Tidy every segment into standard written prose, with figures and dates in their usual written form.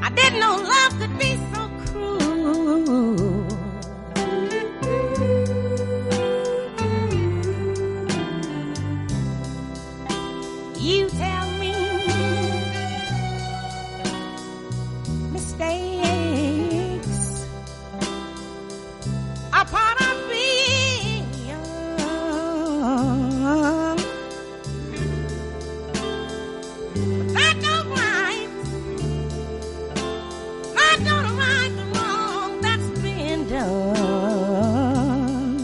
I didn't know love could be so cruel. You tell me mistakes are part of being young. But that don't right the wrong that's been done.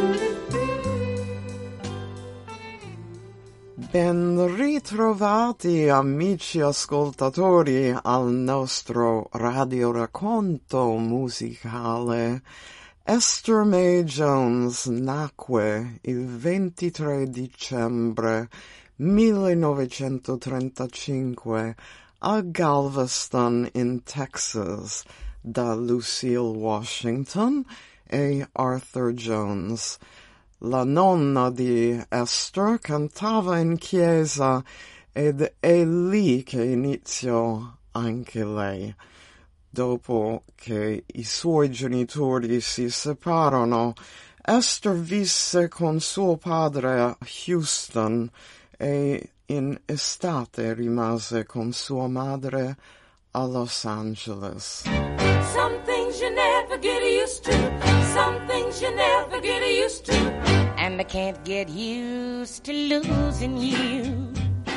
Ben ritrovati amici ascoltatori al nostro radioracconto musicale. Esther Mae Jones nacque il 23 dicembre 1935 a Galveston in Texas da Lucille Washington e Arthur Jones. La nonna di Esther cantava in chiesa ed è lì che iniziò anche lei. Dopo che i suoi genitori si separarono, Esther visse con suo padre a Houston e in estate rimase con sua madre a Los Angeles. Some things you never get used to. Some things you never get used to. And I can't get used to losing you.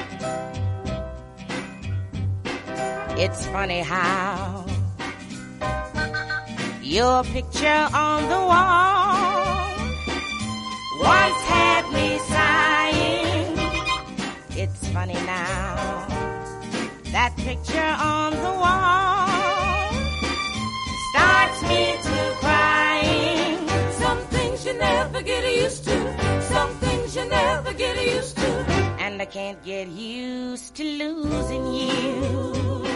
It's funny how your picture on the wall once had me sighing. It's funny now, that picture on the wall starts me to crying. Some things you never get used to. Some things you never get used to. And I can't get used to losing you.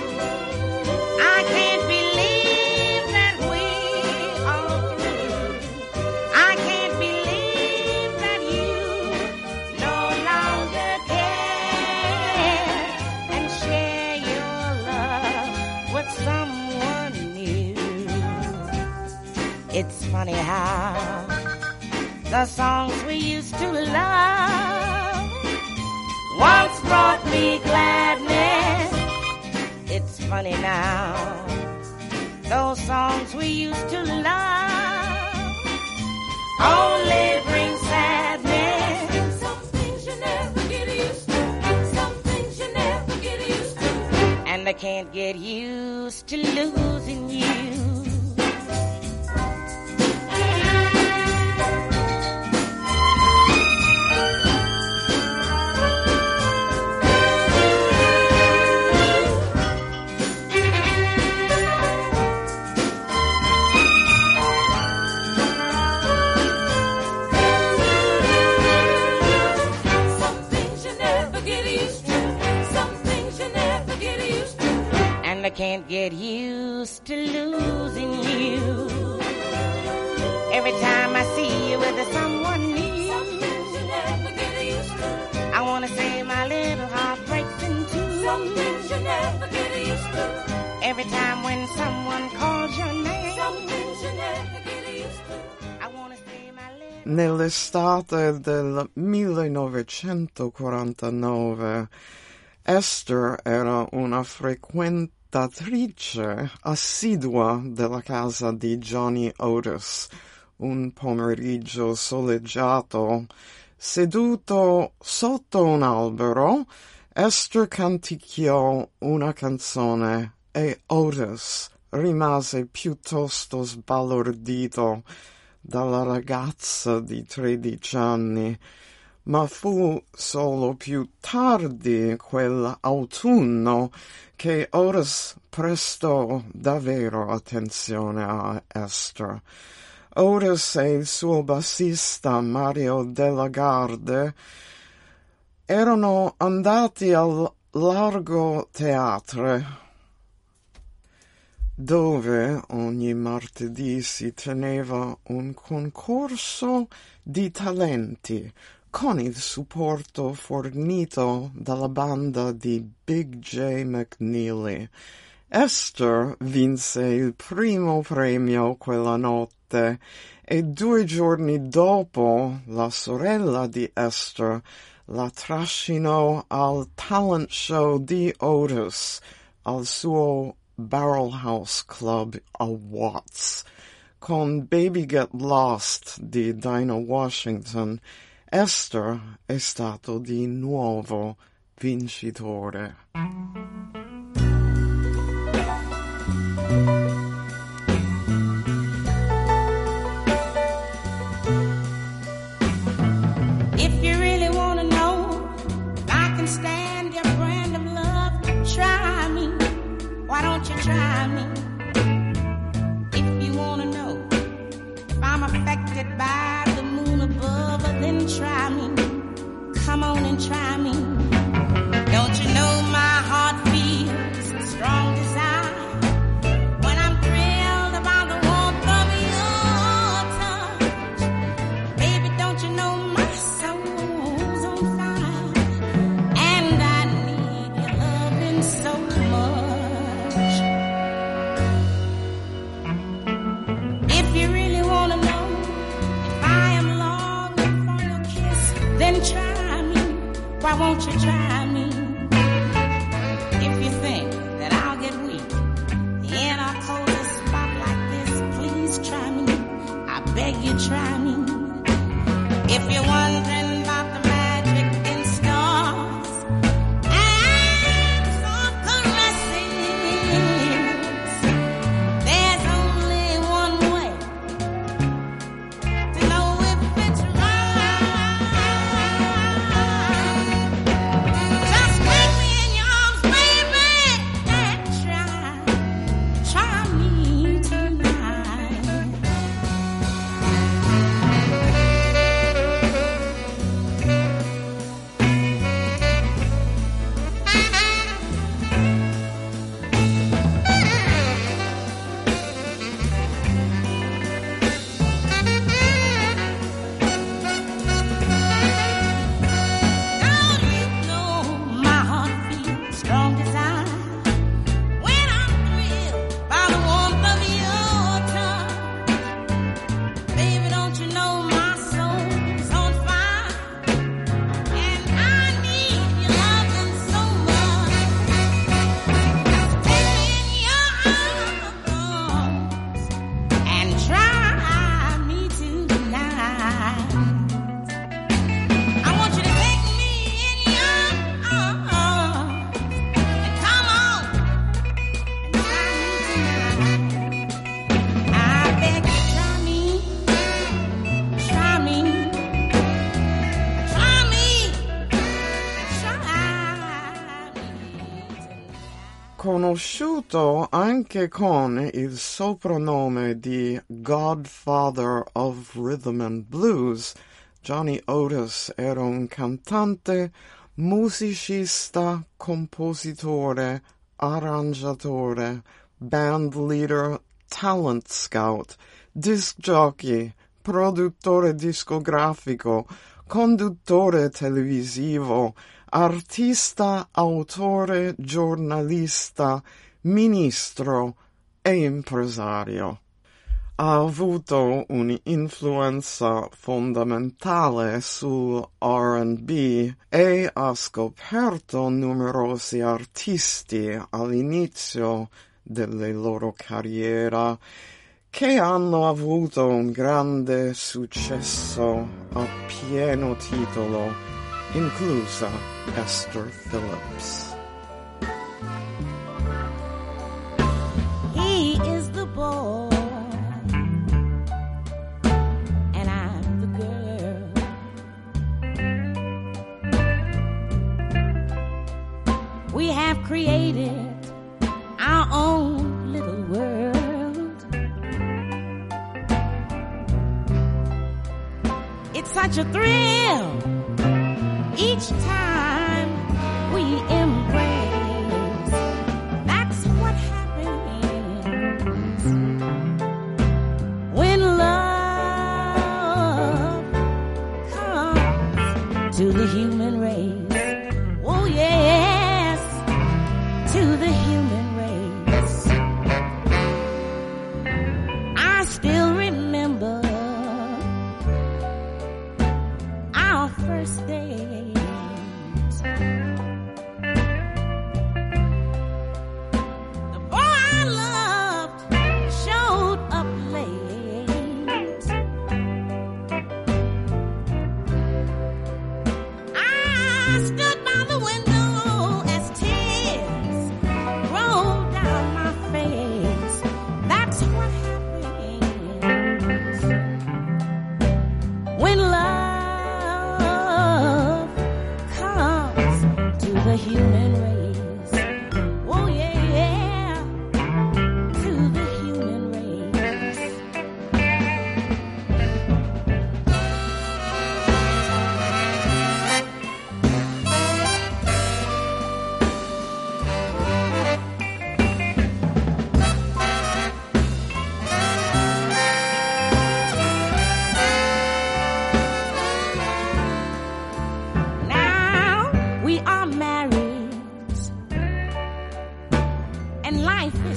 I can't believe that we are through. I can't believe that you no longer care and share your love with someone new. It's funny how the songs we used to love once brought me gladness. It's funny now, those songs we used to love only bring sadness. Some things you never get used to. Some things you never get used to. And I can't get used to losing you. I can't get used to losing you. Every time I see you with someone new, Some things you never get used to. I want to say my little heart breaks in two. Some things you never get used to. Every time when someone calls your name, Some things you never get used to. I want to say my little... Nell'estate del 1949 Esther era una frequentatrice assidua della casa di Johnny Otis. Un pomeriggio soleggiato, seduto sotto un albero, Esther canticchiò una canzone e Otis rimase piuttosto sbalordito dalla ragazza di 13 anni. Ma fu solo più tardi quell'autunno che Otis prestò davvero attenzione a Esther. Otis e il suo bassista Mario Della Garde erano andati al Largo Teatre, dove ogni martedì si teneva un concorso di talenti con il supporto fornito dalla banda di Big J. McNeely Esther vinse il primo premio quella notte e 2 giorni dopo la sorella di Esther la trascinò al talent show di Otis al suo Barrel House Club a Watts. Con Baby Get Lost di Dinah Washington, Esther è stato di nuovo vincitore. If you really want to know if I can stand your brand of love, try me. Why don't you try me? If you want to know if I'm affected by the moon above, then try me. Come on and try me. Don't you know my heart feels a strong desire when I'm thrilled about the warmth of your touch? Baby, don't you know my soul's on fire and I need your loving so much. If you really want to know if I am longing for your kiss, then try me. Why won't you try me? If you think that I'll get weak in a cozy spot like this, please try me. I beg you, try me. If you're wondering about the magic in stars and soft caresses, there's only one way to know if it's right. Just take me in your arms, baby, and try me tonight. Now you know my heart feels strong desire when I'm thrilled by the warmth of your touch. Baby, don't you know my soul's on fire and I need your loving so much. Take me in your arms and try me tonight. I want you to take me in your arms and come on and try me tonight. I beg you, try me, try me, try me, tonight. Conosciuto anche con il soprannome di Godfather of Rhythm and Blues, Johnny Otis era un cantante, musicista, compositore, arrangiatore, band leader, talent scout, disc jockey, produttore discografico, conduttore televisivo, artista, autore, giornalista, ministro e impresario. Ha avuto un'influenza fondamentale sul R&B e ha scoperto numerosi artisti all'inizio delle loro carriere che hanno avuto un grande successo a pieno titolo, inclusa Esther Phillips. He is the boy and I'm the girl. We have created our own little world. It's such a thrill each time we embrace. That's what happens when love comes to the human race. Oh yes, to the human race.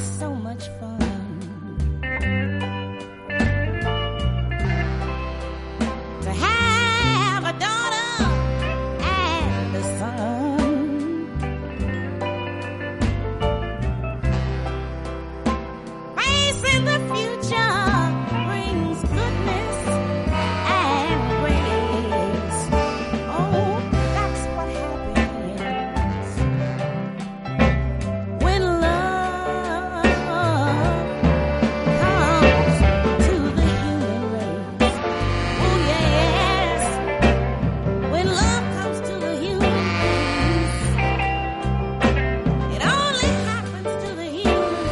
so much fun. To have a daughter and a son. Facing the future brings goodness and grace. Oh, that's what happens when love comes to the human race. Oh yes, when love comes to the human race, it only happens to the human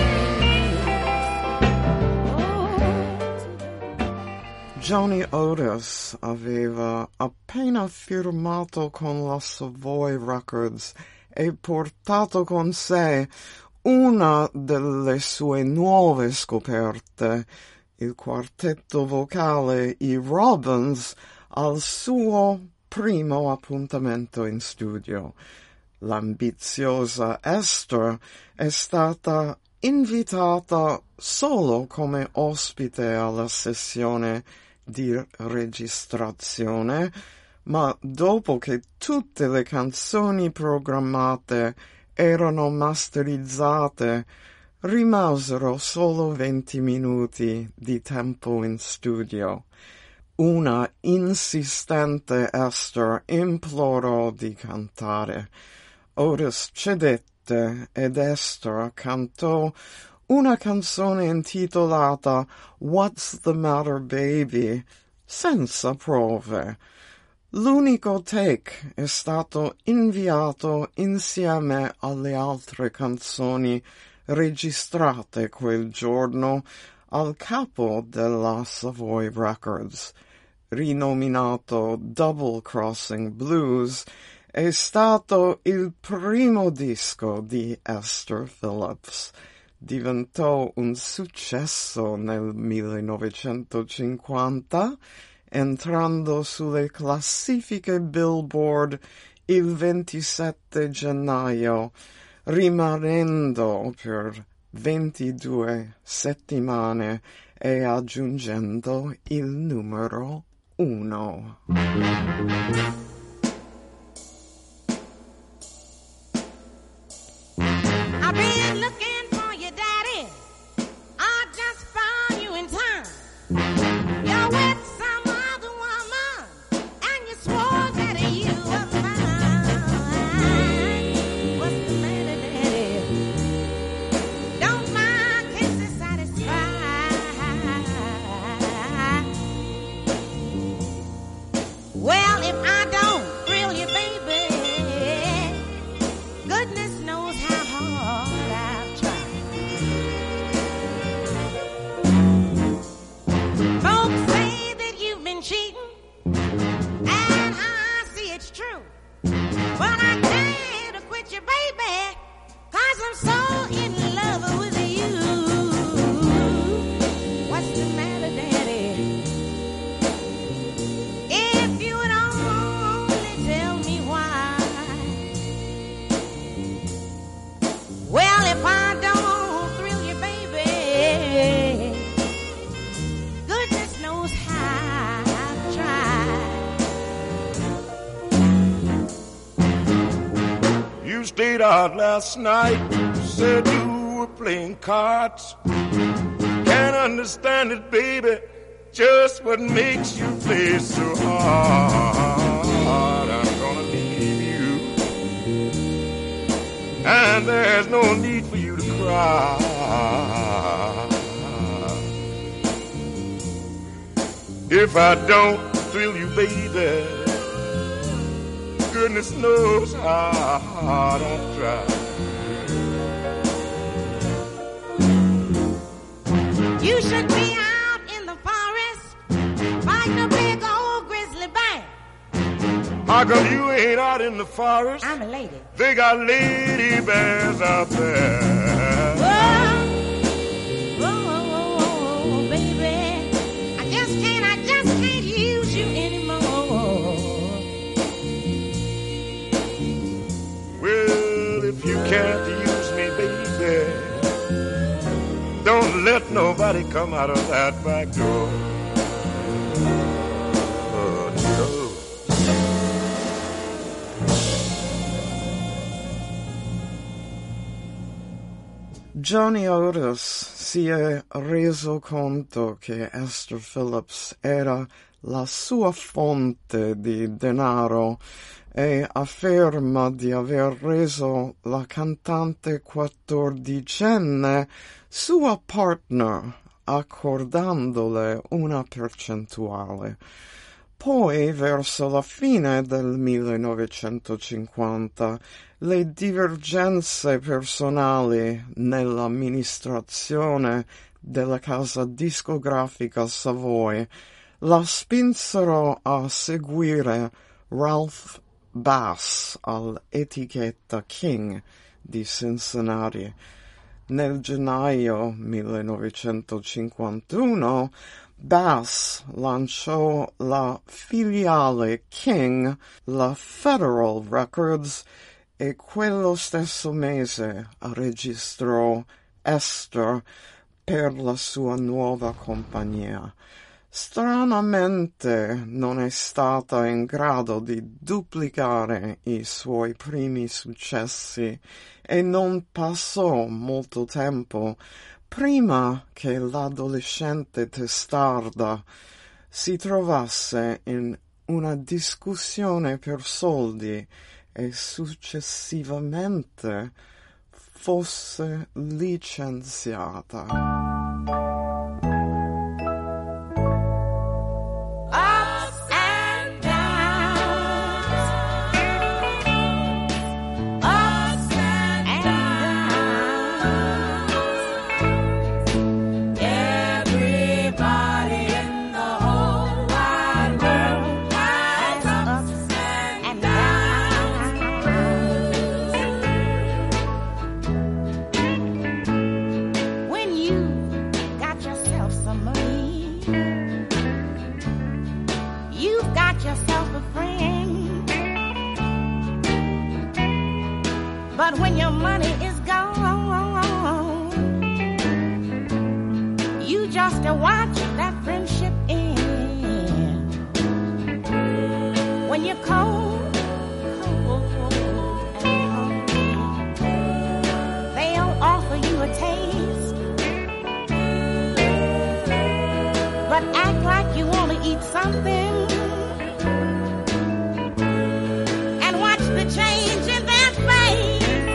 race. Johnny Otis aveva appena firmato con la Savoy Records e portato con sé una delle sue nuove scoperte, il quartetto vocale I Robins, al suo primo appuntamento in studio. L'ambiziosa Esther è stata invitata solo come ospite alla sessione di registrazione, ma dopo che tutte le canzoni programmate erano masterizzate, rimasero solo 20 minuti di tempo in studio. Una insistente Esther implorò di cantare. Otis cedette ed Esther cantò una canzone intitolata What's the Matter Baby, senza prove. L'unico take è stato inviato insieme alle altre canzoni registrate quel giorno al capo della Savoy Records. Rinominato Double Crossing Blues, è stato il primo disco di Esther Phillips. Diventò un successo nel 1950, entrando sulle classifiche Billboard il 27 gennaio, rimanendo per 22 settimane e aggiungendo il numero 1. I've been looking for you, Daddy. I just found you in time. You're with some other woman, and you swore that you were mine. What's the matter, Daddy? Don't my kisses satisfy? Well, if I don't thrill you, baby, goodness knows how hard I've tried. Folks say that you've been cheating, and I see it's true. But I can't quit you, baby, 'cause I'm so in love with you. What's the matter, Daddy? If you would only tell me why. Well, if I don't thrill you, baby, goodness knows how I've tried. You stayed out last night, said you were playing cards. Can't understand it, baby, just what makes you play so hard. I'm gonna leave you, and there's no need for you to cry. If I don't thrill you, baby, goodness knows how hard I've tried. You should be out in the forest fighting a big old grizzly bear. How come you ain't out in the forest? I'm a lady. They got lady bears out there. Oh, baby, I just can't use you anymore. Well, if you can't use me, baby, Don't let nobody come out of that back door. Oh, no. Johnny Otis si è reso conto che Esther Phillips era la sua fonte di denaro e afferma di aver reso la cantante 14enne sua partner, accordandole una percentuale. Poi, verso la fine del 1950, le divergenze personali nell'amministrazione della casa discografica Savoy la spinsero a seguire Ralph Bass all'etichetta King di Cincinnati. Nel gennaio 1951 Bass lanciò la filiale King, la Federal Records, e quello stesso mese registrò Esther per la sua nuova compagnia. Stranamente non è stata in grado di duplicare i suoi primi successi e non passò molto tempo prima che l'adolescente testarda si trovasse in una discussione per soldi e successivamente fosse licenziata. But when your money is gone, you just watch that friendship end. When you're cold and hungry, they'll offer you a taste, but act like you want to eat something and watch the change in their face.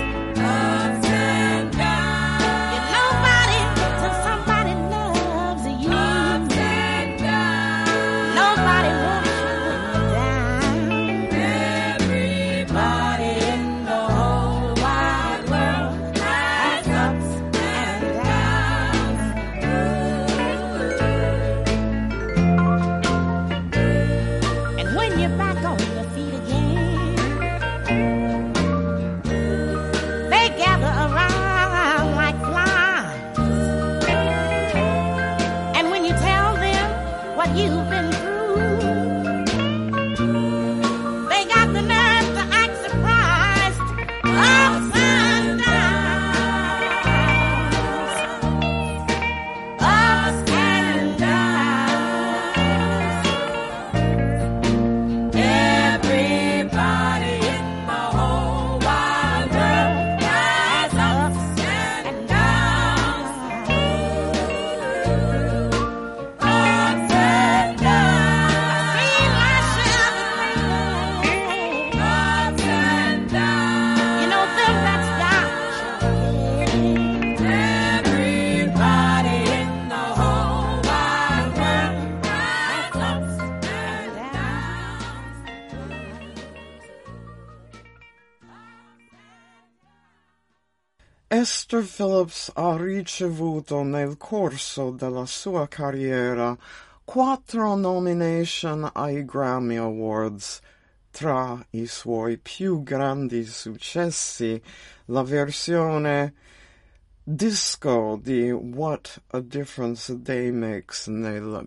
Esther Phillips ha ricevuto nel corso della sua carriera 4 nomination ai Grammy Awards. Tra i suoi più grandi successi, la versione disco di What a Difference a Day Makes nel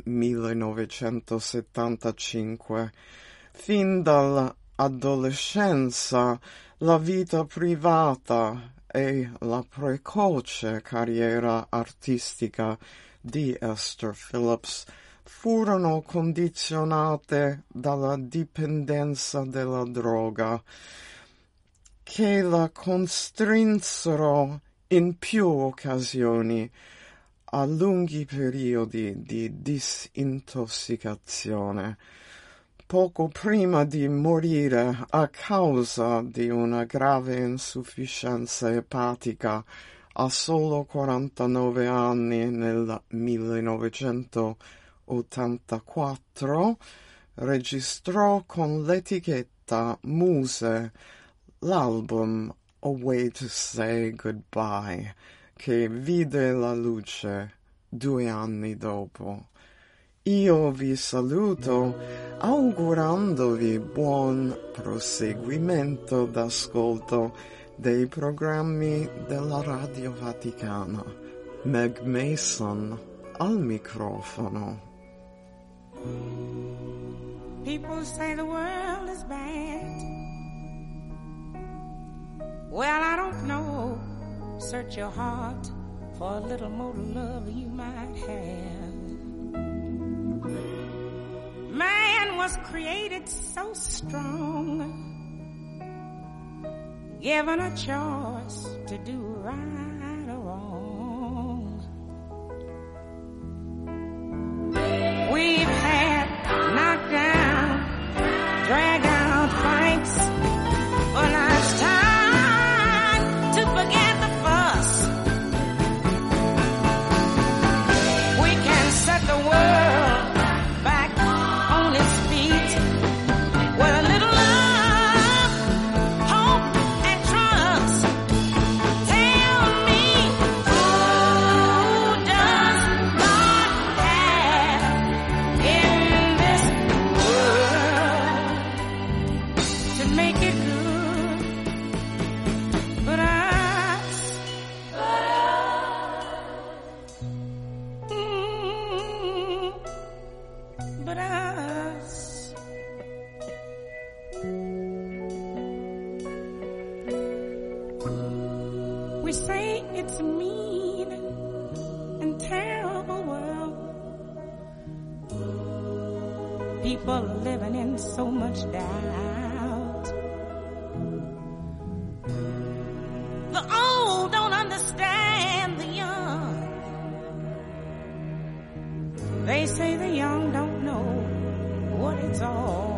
1975. Fin dall'adolescenza, la vita privata e la precoce carriera artistica di Esther Phillips furono condizionate dalla dipendenza dalla droga, che la costrinsero in più occasioni a lunghi periodi di disintossicazione. Poco prima di morire a causa di una grave insufficienza epatica a solo 49 anni nel 1984, registrò con l'etichetta Muse l'album A Way to Say Goodbye, che vide la luce 2 anni dopo. Io vi saluto augurandovi buon proseguimento d'ascolto dei programmi della Radio Vaticana. Meg Mason al microfono. People say the world is bad. Well, I don't know. Search your heart for a little more love you might have. Man was created so strong, given a choice to do right or wrong. We've had knockdown, drag out fights, but now it's time to forget the fuss. We can set the world back on its feet with a little love, hope, and trust. Tell me, who does God have in this world to make it good but us? But us. We say it's a mean and terrible world. People living in so much doubt. The old don't understand the young. They say the young don't know what it's all